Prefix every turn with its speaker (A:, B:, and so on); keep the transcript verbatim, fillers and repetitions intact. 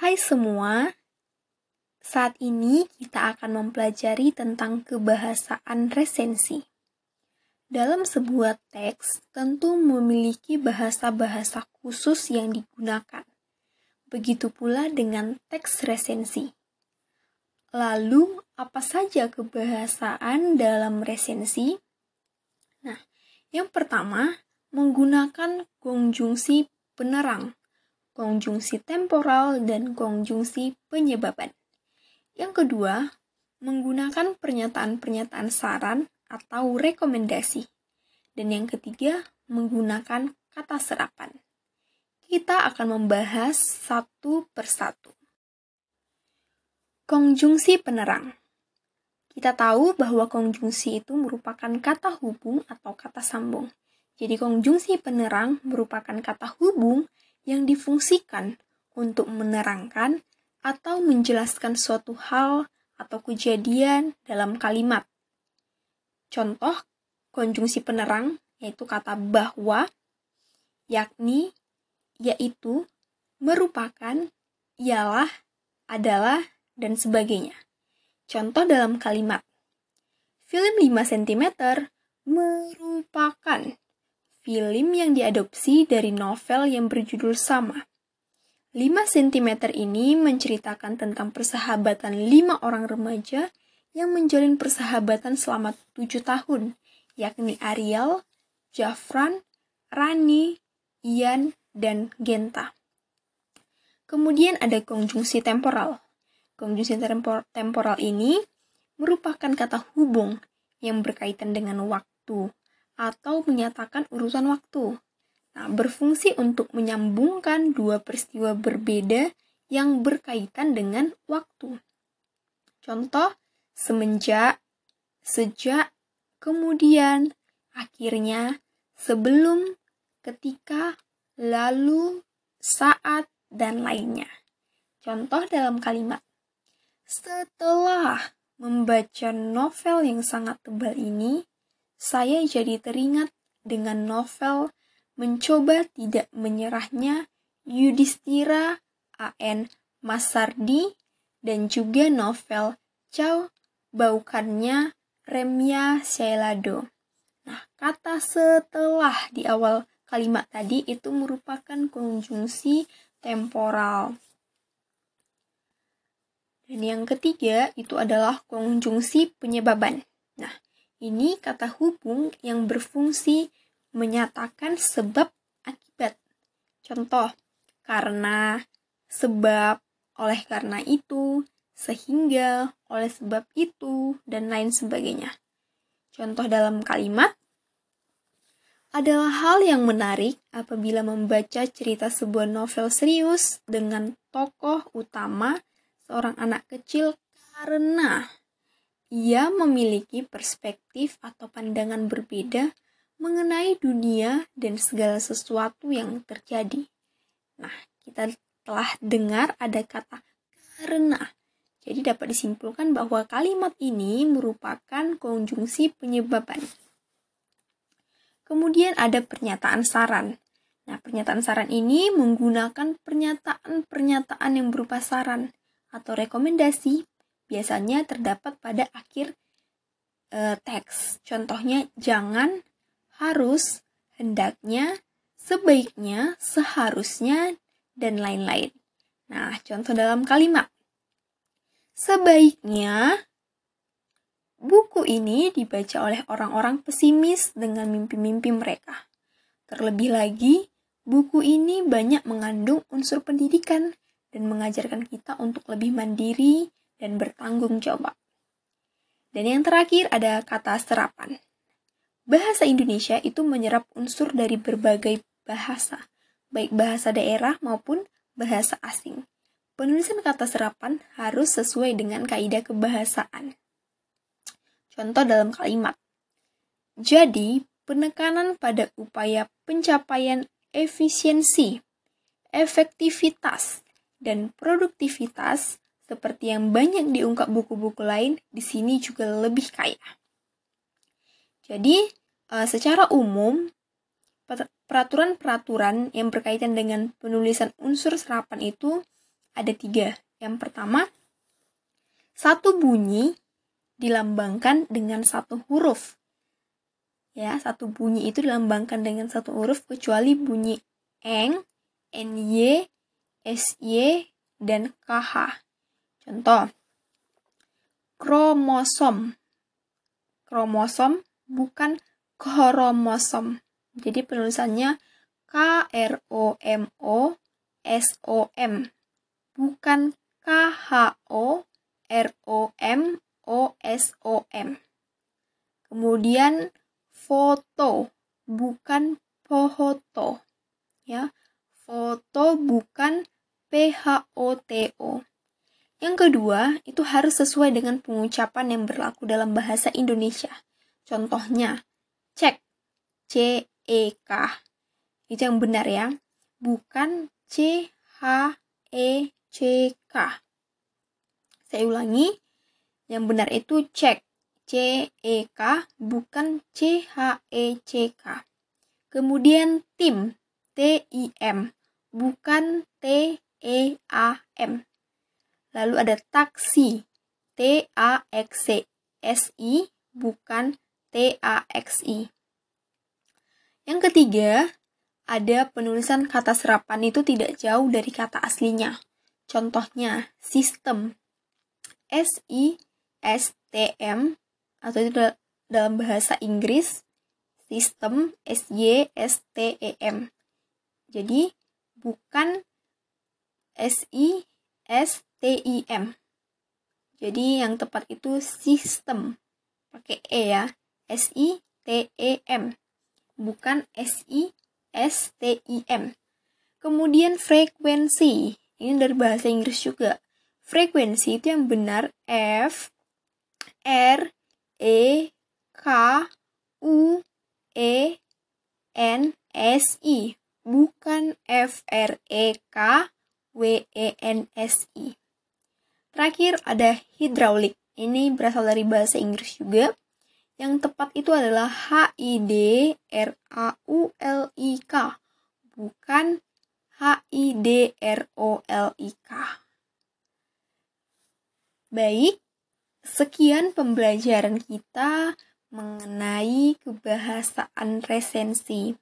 A: Hai semua, saat ini kita akan mempelajari tentang kebahasaan resensi. Dalam sebuah teks tentu memiliki bahasa-bahasa khusus yang digunakan. Begitu pula dengan teks resensi. Lalu, apa saja kebahasaan dalam resensi? Nah, yang pertama, menggunakan konjungsi penerang, konjungsi temporal, dan konjungsi penyebaban. Yang kedua, menggunakan pernyataan-pernyataan saran atau rekomendasi. Dan yang ketiga, menggunakan kata serapan. Kita akan membahas satu persatu. Konjungsi penerang. Kita tahu bahwa konjungsi itu merupakan kata hubung atau kata sambung. Jadi konjungsi penerang merupakan kata hubung yang difungsikan untuk menerangkan atau menjelaskan suatu hal atau kejadian dalam kalimat. Contoh konjungsi penerang yaitu kata bahwa, yakni, yaitu, merupakan, ialah, adalah, dan sebagainya. Contoh dalam kalimat, film lima sentimeter merupakan film yang diadopsi dari novel yang berjudul sama. lima sentimeter ini menceritakan tentang persahabatan lima orang remaja yang menjalin persahabatan selama tujuh tahun, yakni Ariel, Jafran, Rani, Ian, dan Genta. Kemudian ada konjungsi temporal. Konjungsi tempor- temporal ini merupakan kata hubung yang berkaitan dengan waktu atau menyatakan urutan waktu. Nah, berfungsi untuk menyambungkan dua peristiwa berbeda yang berkaitan dengan waktu. Contoh, semenjak, sejak, kemudian, akhirnya, sebelum, ketika, lalu, saat, dan lainnya. Contoh dalam kalimat, setelah membaca novel yang sangat tebal ini, saya jadi teringat dengan novel Mencoba Tidak Menyerahnya Yudhistira A N Masardi dan juga novel Ciao Baukannya Remya Shailado. Nah, kata setelah di awal kalimat tadi itu merupakan konjungsi temporal. Dan yang ketiga itu adalah konjungsi penyebaban. Nah, ini kata hubung yang berfungsi menyatakan sebab akibat. Contoh, karena, sebab, oleh karena itu, sehingga, oleh sebab itu, dan lain sebagainya. Contoh dalam kalimat, adalah hal yang menarik apabila membaca cerita sebuah novel serius dengan tokoh utama seorang anak kecil karena ia memiliki perspektif atau pandangan berbeda mengenai dunia dan segala sesuatu yang terjadi. Nah, kita telah dengar ada kata karena. Jadi dapat disimpulkan bahwa kalimat ini merupakan konjungsi penyebaban. Kemudian ada pernyataan saran. Nah, pernyataan saran ini menggunakan pernyataan-pernyataan yang berupa saran atau rekomendasi, biasanya terdapat pada akhir e, teks. Contohnya, jangan, harus, hendaknya, sebaiknya, seharusnya, dan lain-lain. Nah, contoh dalam kalimat. Sebaiknya, buku ini dibaca oleh orang-orang pesimis dengan mimpi-mimpi mereka. Terlebih lagi, buku ini banyak mengandung unsur pendidikan dan mengajarkan kita untuk lebih mandiri dan bertanggung jawab. Dan yang terakhir ada kata serapan. Bahasa Indonesia itu menyerap unsur dari berbagai bahasa, baik bahasa daerah maupun bahasa asing. Penulisan kata serapan harus sesuai dengan kaidah kebahasaan. Contoh dalam kalimat. Jadi, penekanan pada upaya pencapaian efisiensi, efektivitas, dan produktivitas seperti yang banyak diungkap buku-buku lain di sini juga lebih kaya. Jadi, secara umum, peraturan-peraturan yang berkaitan dengan penulisan unsur serapan itu ada tiga. Yang pertama, satu bunyi dilambangkan dengan satu huruf. Ya, satu bunyi itu dilambangkan dengan satu huruf kecuali bunyi eng, ny, sy, dan kh. Contoh, kromosom. Kromosom bukan kromosom. Jadi penulisannya K R O M O S O M. Bukan K H O R O M O S O M. Kemudian foto bukan foto. Ya. Foto bukan P H O T O. Yang kedua, itu harus sesuai dengan pengucapan yang berlaku dalam bahasa Indonesia. Contohnya, cek, C E K. Itu yang benar ya. Bukan C H E C K. Saya ulangi, yang benar itu cek, C E K, bukan C H E C K. Kemudian tim, T I M, bukan T E A M. Lalu ada taksi, T A X S I, bukan T A X I. Yang ketiga, ada penulisan kata serapan itu tidak jauh dari kata aslinya. Contohnya, sistem, S I S T M, atau itu dalam bahasa Inggris, sistem, S Y S T E M. Jadi, bukan S I S T I M. Jadi yang tepat itu sistem. Pakai E ya. S I T E M. Bukan S I S T I M. Kemudian frekuensi. Ini dari bahasa Inggris juga. Frekuensi itu yang benar F R E K U E N S I. Bukan F R E K W E N S I. Terakhir ada hidraulik. Ini berasal dari bahasa Inggris juga. Yang tepat itu adalah H I D R A U L I K. Bukan H I D R O L I K. Baik, sekian pembelajaran kita mengenai kebahasaan resensi.